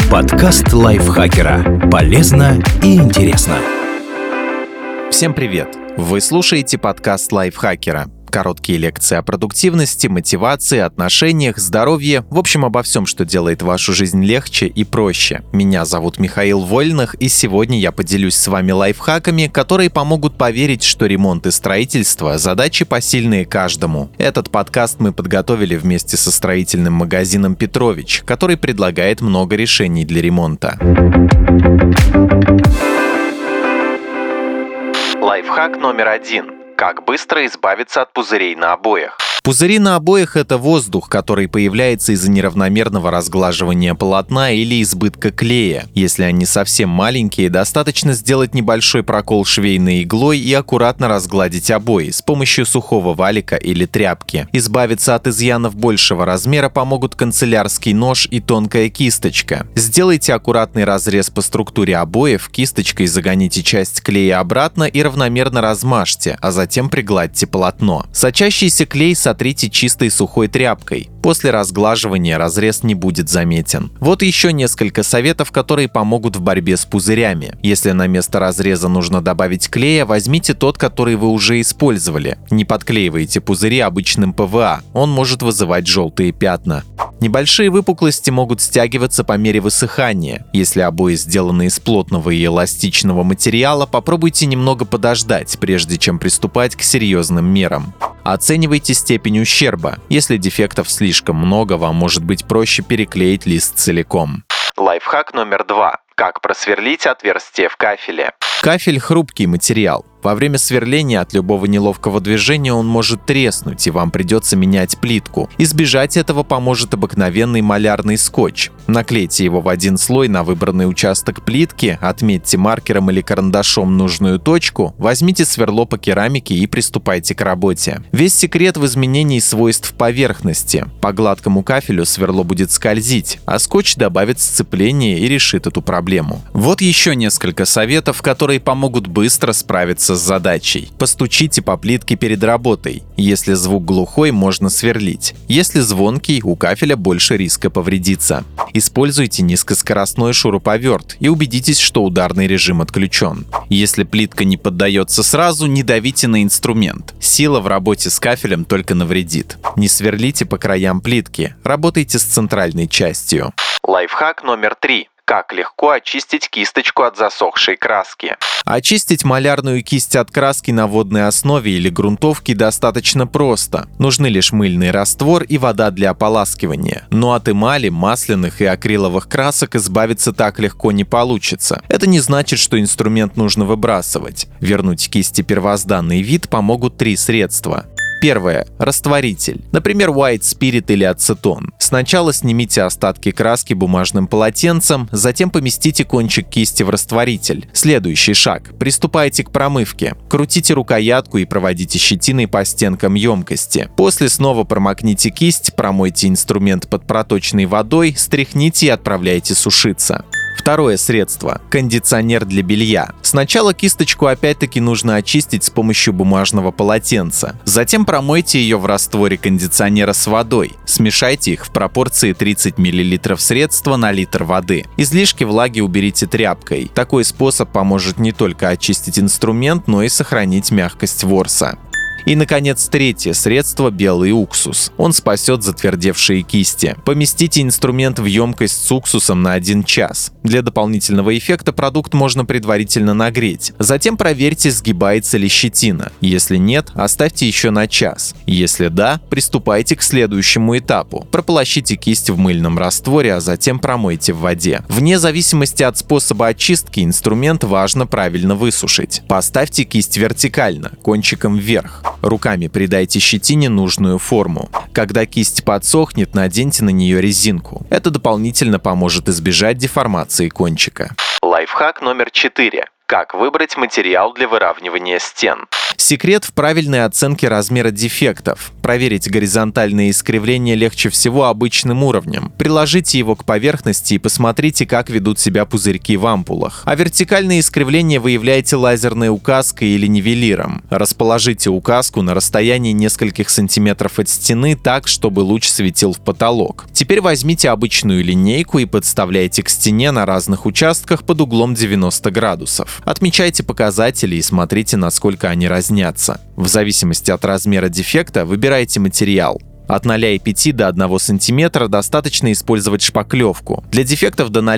Подкаст лайфхакера. Полезно и интересно. Всем привет! Вы слушаете подкаст лайфхакера. Короткие лекции о продуктивности, мотивации, отношениях, здоровье, в общем, обо всем, что делает вашу жизнь легче и проще. Меня зовут Михаил Вольных, и сегодня я поделюсь с вами лайфхаками, которые помогут поверить, что ремонт и строительство – задачи посильные каждому. Этот подкаст мы подготовили вместе со строительным магазином «Петрович», который предлагает много решений для ремонта. Лайфхак номер 1. Как быстро избавиться от пузырей на обоях. Пузыри на обоях – это воздух, который появляется из-за неравномерного разглаживания полотна или избытка клея. Если они совсем маленькие, достаточно сделать небольшой прокол швейной иглой и аккуратно разгладить обои с помощью сухого валика или тряпки. Избавиться от изъянов большего размера помогут канцелярский нож и тонкая кисточка. Сделайте аккуратный разрез по структуре обоев, кисточкой загоните часть клея обратно и равномерно размажьте, а затем пригладьте полотно. Сочащийся клей сотрите чистой сухой тряпкой. После разглаживания разрез не будет заметен. Вот еще несколько советов, которые помогут в борьбе с пузырями. Если на место разреза нужно добавить клея, возьмите тот, который вы уже использовали. Не подклеивайте пузыри обычным ПВА, он может вызывать желтые пятна. Небольшие выпуклости могут стягиваться по мере высыхания. Если обои сделаны из плотного и эластичного материала, попробуйте немного подождать, прежде чем приступать к серьезным мерам. Оценивайте степень ущерба. Если дефектов слишком много, вам может быть проще переклеить лист целиком. Лайфхак номер 2. Как просверлить отверстие в кафеле. Кафель – хрупкий материал. Во время сверления от любого неловкого движения он может треснуть, и вам придется менять плитку. Избежать этого поможет обыкновенный малярный скотч. Наклейте его в один слой на выбранный участок плитки, отметьте маркером или карандашом нужную точку, возьмите сверло по керамике и приступайте к работе. Весь секрет в изменении свойств поверхности. По гладкому кафелю сверло будет скользить, а скотч добавит сцепление и решит эту проблему. Вот еще несколько советов, которые помогут быстро справиться с задачей. Постучите по плитке перед работой. Если звук глухой, можно сверлить. Если звонкий, у кафеля больше риска повредиться. Используйте низкоскоростной шуруповерт и убедитесь, что ударный режим отключен. Если плитка не поддается сразу, не давите на инструмент. Сила в работе с кафелем только навредит. Не сверлите по краям плитки, работайте с центральной частью. Лайфхак номер 3. Как легко очистить кисточку от засохшей краски. Очистить малярную кисть от краски на водной основе или грунтовке достаточно просто. Нужны лишь мыльный раствор и вода для ополаскивания. Но от эмали, масляных и акриловых красок избавиться так легко не получится. Это не значит, что инструмент нужно выбрасывать. Вернуть кисти первозданный вид помогут 3 средства. Первое. Растворитель. Например, White Spirit или ацетон. Сначала снимите остатки краски бумажным полотенцем, затем поместите кончик кисти в растворитель. Следующий шаг. Приступайте к промывке. Крутите рукоятку и проводите щетиной по стенкам емкости. После снова промокните кисть, промойте инструмент под проточной водой, стряхните и отправляйте сушиться. Второе средство – кондиционер для белья. Сначала кисточку опять-таки нужно очистить с помощью бумажного полотенца. Затем промойте ее в растворе кондиционера с водой. Смешайте их в пропорции 30 мл средства на литр воды. Излишки влаги уберите тряпкой. Такой способ поможет не только очистить инструмент, но и сохранить мягкость ворса. И, наконец, третье средство – белый уксус. Он спасет затвердевшие кисти. Поместите инструмент в емкость с уксусом на 1 час. Для дополнительного эффекта продукт можно предварительно нагреть. Затем проверьте, сгибается ли щетина. Если нет, оставьте еще на час. Если да, приступайте к следующему этапу. Прополощите кисть в мыльном растворе, а затем промойте в воде. Вне зависимости от способа очистки, инструмент важно правильно высушить. Поставьте кисть вертикально, кончиком вверх. Руками придайте щетине нужную форму. Когда кисть подсохнет, наденьте на нее резинку. Это дополнительно поможет избежать деформации кончика. Лайфхак номер 4. Как выбрать материал для выравнивания стен? Секрет в правильной оценке размера дефектов. Проверить горизонтальные искривления легче всего обычным уровнем. Приложите его к поверхности и посмотрите, как ведут себя пузырьки в ампулах. А вертикальные искривления выявляйте лазерной указкой или нивелиром. Расположите указку на расстоянии нескольких сантиметров от стены так, чтобы луч светил в потолок. Теперь возьмите обычную линейку и подставляйте к стене на разных участках под углом 90 градусов. Отмечайте показатели и смотрите, насколько они разнятся. В зависимости от размера дефекта выбирайте материал. От 0,5 до 1 см достаточно использовать шпаклевку. Для дефектов до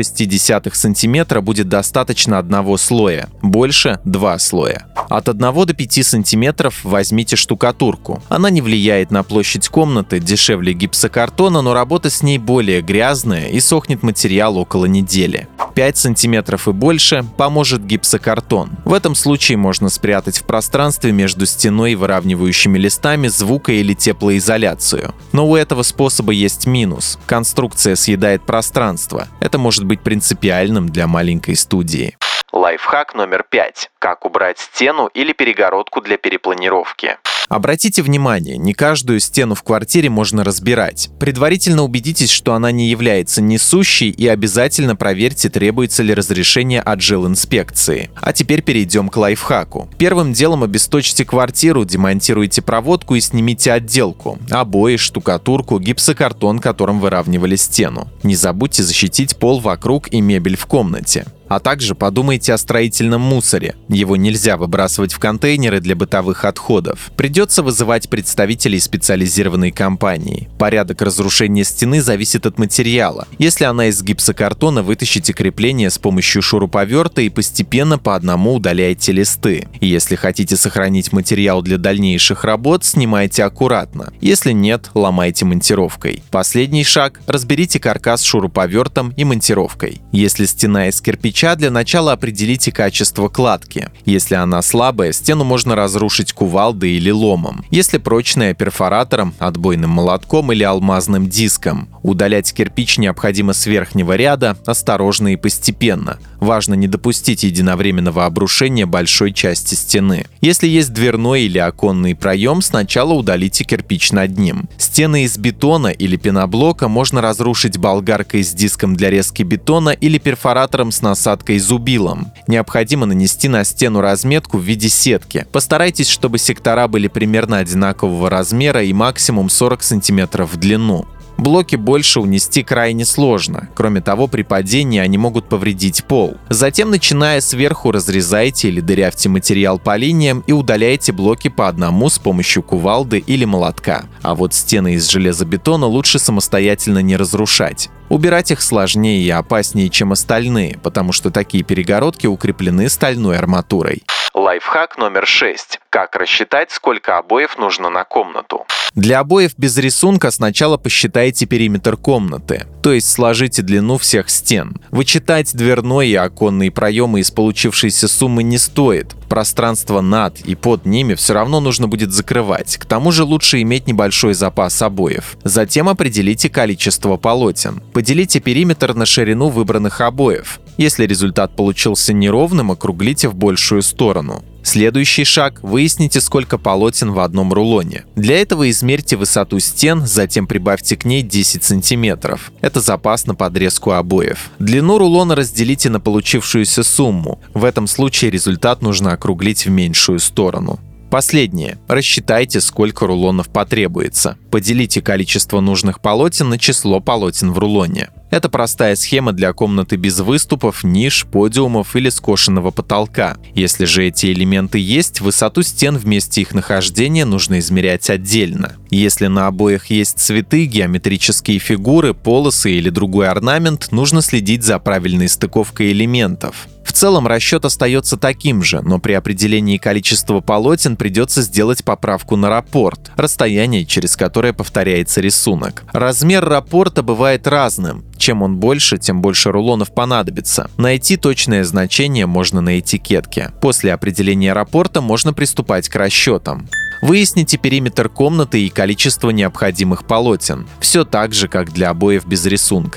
0,6 см будет достаточно одного слоя, больше – 2 слоя. От 1 до 5 см возьмите штукатурку. Она не влияет на площадь комнаты, дешевле гипсокартона, но работа с ней более грязная и сохнет материал около недели. 5 см и больше поможет гипсокартон. В этом случае можно спрятать в пространстве между стеной и выравнивающими листами звуко- или теплоизоляцию. Но у этого способа есть минус. Конструкция съедает пространство. Это может быть принципиальным для маленькой студии. Лайфхак номер 5. Как убрать стену или перегородку для перепланировки? Обратите внимание, не каждую стену в квартире можно разбирать. Предварительно убедитесь, что она не является несущей, и обязательно проверьте, требуется ли разрешение от жилинспекции. А теперь перейдем к лайфхаку. Первым делом обесточьте квартиру, демонтируйте проводку и снимите отделку, обои, штукатурку, гипсокартон, которым выравнивали стену. Не забудьте защитить пол вокруг и мебель в комнате. А также подумайте о строительном мусоре. Его нельзя выбрасывать в контейнеры для бытовых отходов. Придется вызывать представителей специализированной компании. Порядок разрушения стены зависит от материала. Если она из гипсокартона, вытащите крепление с помощью шуруповерта и постепенно по одному удаляйте листы. И если хотите сохранить материал для дальнейших работ, снимайте аккуратно. Если нет, ломайте монтировкой. Последний шаг – разберите каркас шуруповертом и монтировкой. Если стена из кирпича, для начала определите качество кладки. Если она слабая, стену можно разрушить кувалдой или ломом. Если прочная — перфоратором, отбойным молотком или алмазным диском. Удалять кирпич необходимо с верхнего ряда, осторожно и постепенно. Важно не допустить единовременного обрушения большой части стены. Если есть дверной или оконный проем, сначала удалите кирпич над ним. Стены из бетона или пеноблока можно разрушить болгаркой с диском для резки бетона или перфоратором с насадкой зубилом. Необходимо нанести на стену разметку в виде сетки. Постарайтесь, чтобы сектора были примерно одинакового размера и максимум 40 см в длину. Блоки больше унести крайне сложно. Кроме того, при падении они могут повредить пол. Затем, начиная сверху, разрезайте или дырявьте материал по линиям и удаляйте блоки по одному с помощью кувалды или молотка. А вот стены из железобетона лучше самостоятельно не разрушать. Убирать их сложнее и опаснее, чем остальные, потому что такие перегородки укреплены стальной арматурой. Лайфхак номер 6. Как рассчитать, сколько обоев нужно на комнату? Для обоев без рисунка сначала посчитайте периметр комнаты, то есть сложите длину всех стен. Вычитать дверной и оконные проемы из получившейся суммы не стоит. Пространство над и под ними все равно нужно будет закрывать. К тому же лучше иметь небольшой запас обоев. Затем определите количество полотен. Поделите периметр на ширину выбранных обоев. Если результат получился неровным, округлите в большую сторону. Следующий шаг – выясните, сколько полотен в одном рулоне. Для этого измерьте высоту стен, затем прибавьте к ней 10 см. Это запас на подрезку обоев. Длину рулона разделите на получившуюся сумму. В этом случае результат нужно округлить в меньшую сторону. Последнее. Рассчитайте, сколько рулонов потребуется. Поделите количество нужных полотен на число полотен в рулоне. Это простая схема для комнаты без выступов, ниш, подиумов или скошенного потолка. Если же эти элементы есть, высоту стен в месте их нахождения нужно измерять отдельно. Если на обоях есть цветы, геометрические фигуры, полосы или другой орнамент, нужно следить за правильной стыковкой элементов. В целом расчет остается таким же, но при определении количества полотен придется сделать поправку на раппорт, расстояние, через которое повторяется рисунок. Размер раппорта бывает разным. Чем он больше, тем больше рулонов понадобится. Найти точное значение можно на этикетке. После определения раппорта можно приступать к расчетам. Выясните периметр комнаты и количество необходимых полотен. Все так же, как для обоев без рисунка.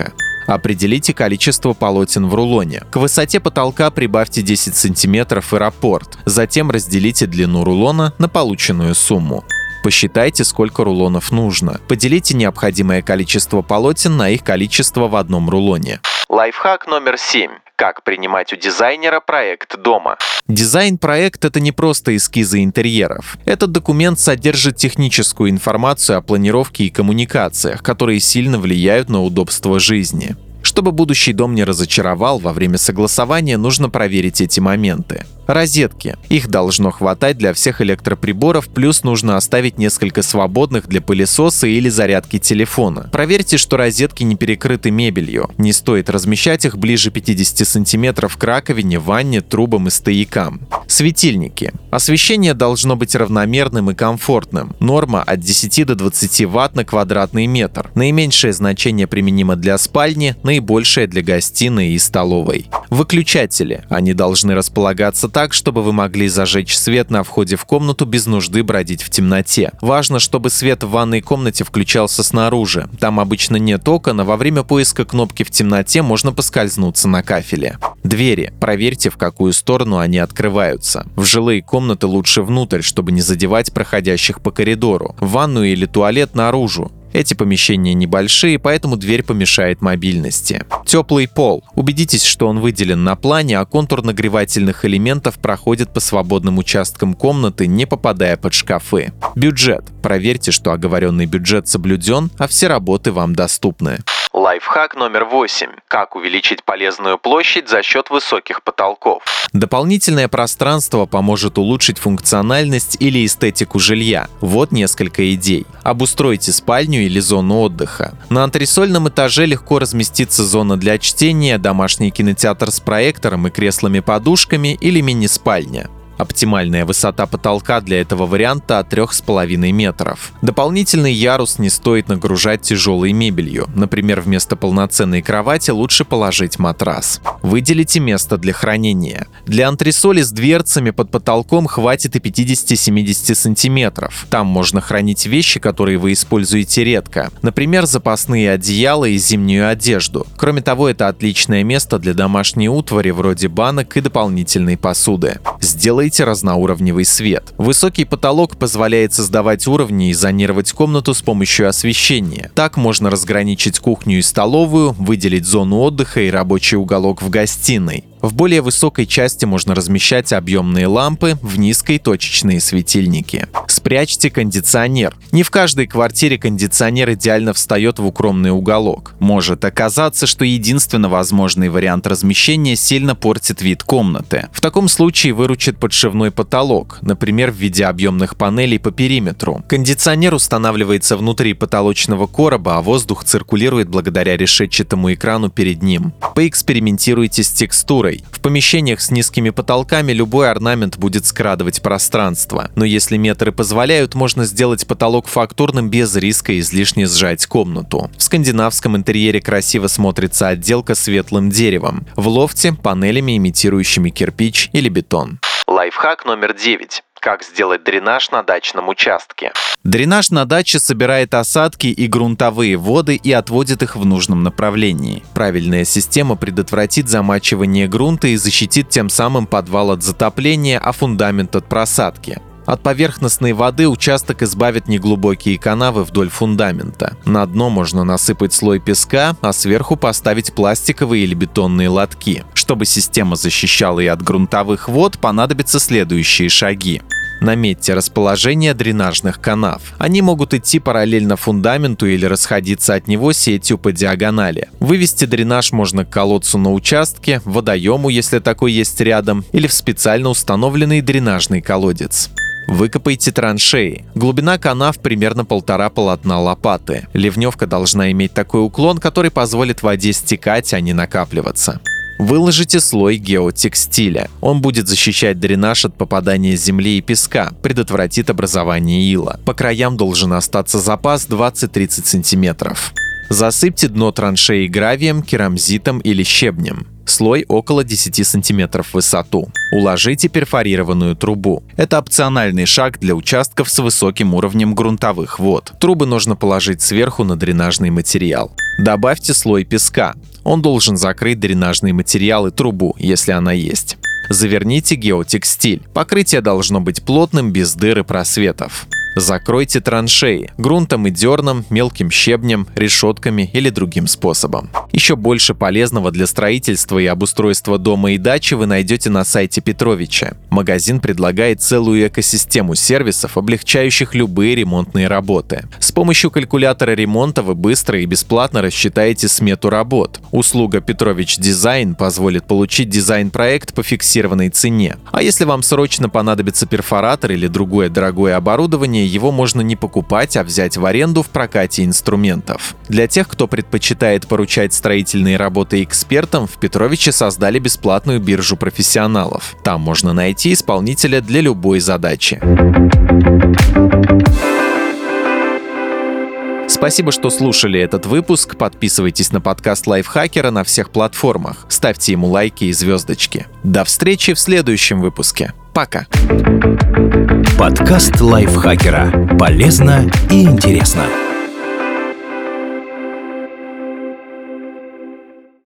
Определите количество полотен в рулоне. К высоте потолка прибавьте 10 см и раппорт. Затем разделите длину рулона на полученную сумму. Посчитайте, сколько рулонов нужно. Поделите необходимое количество полотен на их количество в одном рулоне. Лайфхак номер 7. Как принимать у дизайнера проект дома? Дизайн-проект — это не просто эскизы интерьеров. Этот документ содержит техническую информацию о планировке и коммуникациях, которые сильно влияют на удобство жизни. Чтобы будущий дом не разочаровал, во время согласования нужно проверить эти моменты. Розетки. Их должно хватать для всех электроприборов, плюс нужно оставить несколько свободных для пылесоса или зарядки телефона. Проверьте, что розетки не перекрыты мебелью. Не стоит размещать их ближе 50 см к раковине, ванне, трубам и стоякам. Светильники. Освещение должно быть равномерным и комфортным. Норма от 10 до 20 Вт на квадратный метр. Наименьшее значение применимо для спальни, наибольшее для гостиной и столовой. Выключатели. Они должны располагаться так, чтобы вы могли зажечь свет на входе в комнату без нужды бродить в темноте. Важно, чтобы свет в ванной комнате включался снаружи. Там обычно нет окон, а во время поиска кнопки в темноте можно поскользнуться на кафеле. Двери. Проверьте, в какую сторону они открываются. В жилые комнаты лучше внутрь, чтобы не задевать проходящих по коридору. В ванную или туалет наружу. Эти помещения небольшие, поэтому дверь помешает мобильности. Теплый пол. Убедитесь, что он выделен на плане, а контур нагревательных элементов проходит по свободным участкам комнаты, не попадая под шкафы. Бюджет. Проверьте, что оговоренный бюджет соблюден, а все работы вам доступны. Лайфхак номер 8. Как увеличить полезную площадь за счет высоких потолков? Дополнительное пространство поможет улучшить функциональность или эстетику жилья. Вот несколько идей. Обустройте спальню или зону отдыха. На антресольном этаже легко разместится зона для чтения, домашний кинотеатр с проектором и креслами-подушками или мини-спальня. Оптимальная высота потолка для этого варианта от 3,5 метров. Дополнительный ярус не стоит нагружать тяжелой мебелью. Например, вместо полноценной кровати лучше положить матрас. Выделите место для хранения. Для антресоли с дверцами под потолком хватит и 50-70 сантиметров. Там можно хранить вещи, которые вы используете редко. Например, запасные одеяла и зимнюю одежду. Кроме того, это отличное место для домашней утвари вроде банок и дополнительной посуды. Сделайте разноуровневый свет. Высокий потолок позволяет создавать уровни и зонировать комнату с помощью освещения. Так можно разграничить кухню и столовую, выделить зону отдыха и рабочий уголок в гостиной. В более высокой части можно размещать объемные лампы, в низкой — точечные светильники. Спрячьте кондиционер. Не в каждой квартире кондиционер идеально встает в укромный уголок. Может оказаться, что единственно возможный вариант размещения сильно портит вид комнаты. В таком случае выручит подшивной потолок, например, в виде объемных панелей по периметру. Кондиционер устанавливается внутри потолочного короба, а воздух циркулирует благодаря решетчатому экрану перед ним. Поэкспериментируйте с текстурой. В помещениях с низкими потолками любой орнамент будет скрадывать пространство. Но если метры позволяют, можно сделать потолок фактурным без риска излишне сжать комнату. В скандинавском интерьере красиво смотрится отделка светлым деревом. В лофте — панелями, имитирующими кирпич или бетон. Лайфхак номер 9. Как сделать дренаж на дачном участке? Дренаж на даче собирает осадки и грунтовые воды и отводит их в нужном направлении. Правильная система предотвратит замачивание грунта и защитит тем самым подвал от затопления, а фундамент от просадки. От поверхностной воды участок избавит неглубокие канавы вдоль фундамента. На дно можно насыпать слой песка, а сверху поставить пластиковые или бетонные лотки. Чтобы система защищала и от грунтовых вод, понадобятся следующие шаги. Наметьте расположение дренажных канав. Они могут идти параллельно фундаменту или расходиться от него сетью по диагонали. Вывести дренаж можно к колодцу на участке, водоему, если такой есть рядом, или в специально установленный дренажный колодец. Выкопайте траншеи. Глубина канав примерно 1,5 полотна лопаты. Ливневка должна иметь такой уклон, который позволит воде стекать, а не накапливаться. Выложите слой геотекстиля. Он будет защищать дренаж от попадания земли и песка, предотвратит образование ила. По краям должен остаться запас 20-30 см. Засыпьте дно траншеи гравием, керамзитом или щебнем. Слой около 10 см в высоту. Уложите перфорированную трубу. Это опциональный шаг для участков с высоким уровнем грунтовых вод. Трубы нужно положить сверху на дренажный материал. Добавьте слой песка. Он должен закрыть дренажный материал и трубу, если она есть. Заверните геотекстиль. Покрытие должно быть плотным, без дыр и просветов. Закройте траншеи грунтом и дерном, мелким щебнем, решетками или другим способом. Еще больше полезного для строительства и обустройства дома и дачи вы найдете на сайте Петровича. Магазин предлагает целую экосистему сервисов, облегчающих любые ремонтные работы. С помощью калькулятора ремонта вы быстро и бесплатно рассчитаете смету работ. Услуга Петрович Дизайн позволит получить дизайн-проект по фиксированной цене. А если вам срочно понадобится перфоратор или другое дорогое оборудование, его можно не покупать, а взять в аренду в прокате инструментов. Для тех, кто предпочитает поручать строительные работы экспертам, в Петровиче создали бесплатную биржу профессионалов. Там можно найти исполнителя для любой задачи. Спасибо, что слушали этот выпуск. Подписывайтесь на подкаст Лайфхакера на всех платформах. Ставьте ему лайки и звездочки. До встречи в следующем выпуске. Пока. Подкаст Лайфхакера. Полезно и интересно.